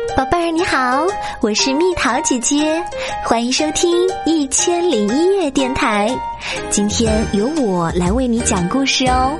宝贝儿你好，我是蜜桃姐姐，欢迎收听1001夜电台。今天由我来为你讲故事哦。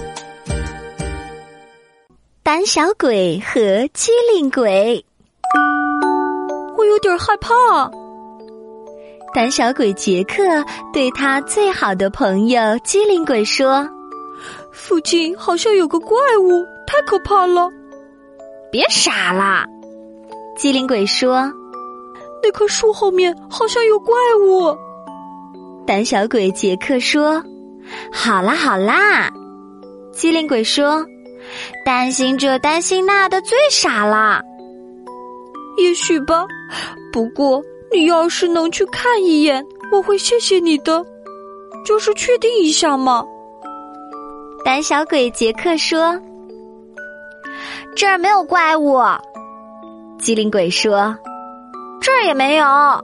胆小鬼和机灵鬼。 我有点害怕。 胆小鬼杰克对他最好的朋友机灵鬼说： 附近好像有个怪物，太可怕了。 别傻啦，机灵鬼说。 那棵树后面好像有怪物。 胆小鬼杰克说：好啦好啦。机灵鬼说：担心这担心那的最傻啦。 也许吧，不过你要是能去看一眼，我会谢谢你的，就是确定一下嘛。 胆小鬼杰克说：这儿没有怪物。机灵鬼说：这儿也没有。哦。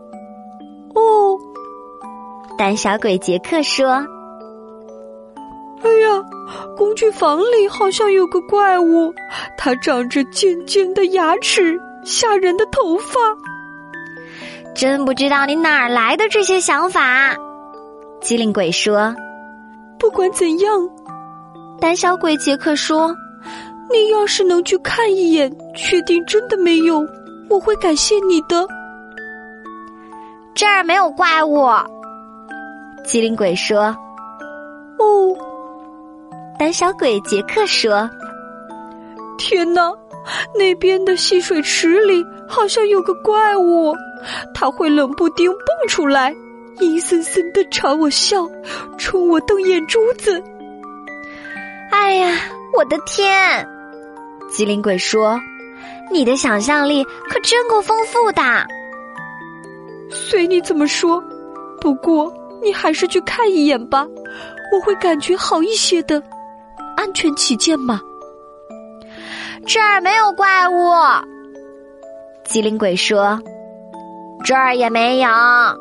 胆小鬼杰克说： 哎呀，工具房里好像有个怪物，它长着尖尖的牙齿，吓人的头发。 真不知道你哪儿来的这些想法。机灵鬼说。 不管怎样， 胆小鬼杰克说， 你要是能去看一眼，确定真的没有，我会感谢你的。 这儿没有怪物。机灵鬼说。 哦。 胆小鬼杰克说。 天哪，那边的戏水池里好像有个怪物，它会冷不丁蹦出来，阴森森地朝我笑，冲我瞪眼珠子。 哎呀，我的天！机灵鬼说，你的想象力可真够丰富的。 随你怎么说，不过你还是去看一眼吧，我会感觉好一些的，安全起见嘛。 这儿没有怪物。机灵鬼说。这儿也没有。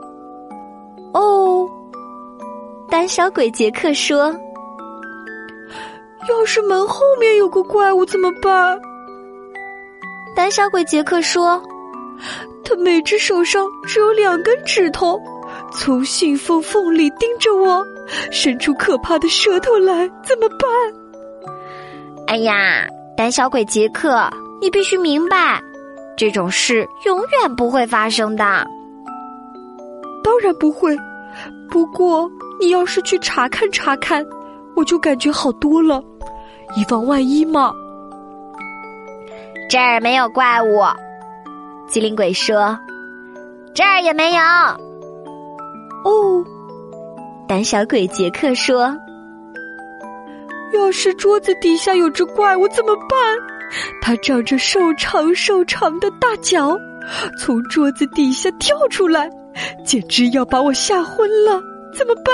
哦。 胆小鬼杰克说。 要是门后面有个怪物怎么办？ 胆小鬼杰克说。 他每只手上只有2根指头，从信缝缝里盯着我，伸出可怕的舌头来，怎么办？ 哎呀，胆小鬼杰克，你必须明白，这种事永远不会发生的。 当然不会，不过你要是去查看查看，我就感觉好多了，以防万一嘛。 这儿没有怪物。机灵鬼说。这儿也没有。 哦。 胆小鬼杰克说。 要是桌子底下有只怪物怎么办？它长着瘦长的大脚，从桌子底下跳出来，简直要把我吓昏了，怎么办？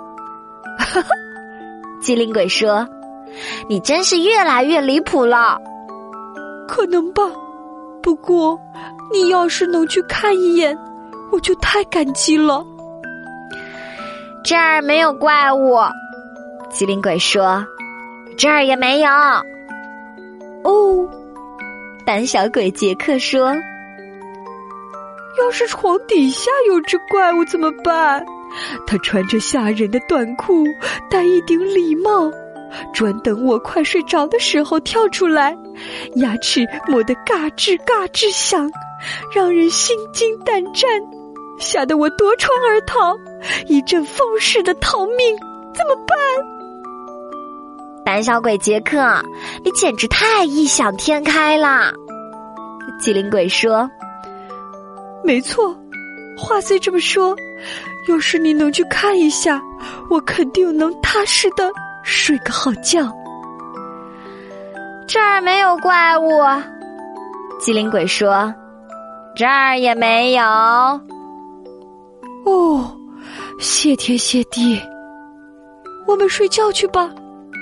机灵鬼说，你真是越来越离谱了。 可能吧，不过你要是能去看一眼，我就太感激了。 这儿没有怪物。机灵鬼说。这儿也没有。 哦。 胆小鬼杰克说。 要是床底下有只怪物怎么办？他穿着吓人的短裤，戴一顶礼帽，专等我快睡着的时候跳出来，牙齿磨得嘎吱嘎吱响，让人心惊胆战，吓得我夺窗而逃，一阵风似的逃命，怎么办？ 胆小鬼杰克，你简直太异想天开了。机灵鬼说。 没错，话虽这么说，要是你能去看一下，我肯定能踏实的睡个好觉。 这儿没有怪物。机灵鬼说。这儿也没有。 哦，谢天谢地，我们睡觉去吧。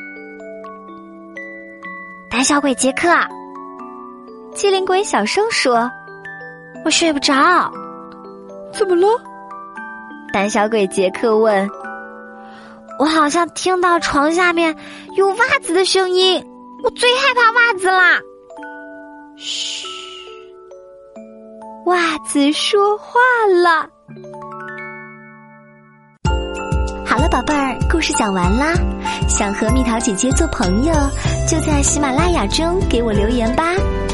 胆小鬼杰克。机灵鬼小声说。我睡不着。 怎么了？ 胆小鬼杰克问。我好像听到床下面有袜子的声音，我最害怕袜子啦。 嘘， 袜子说话了。好了，宝贝儿，故事讲完啦。想和蜜桃姐姐做朋友，就在喜马拉雅中给我留言吧。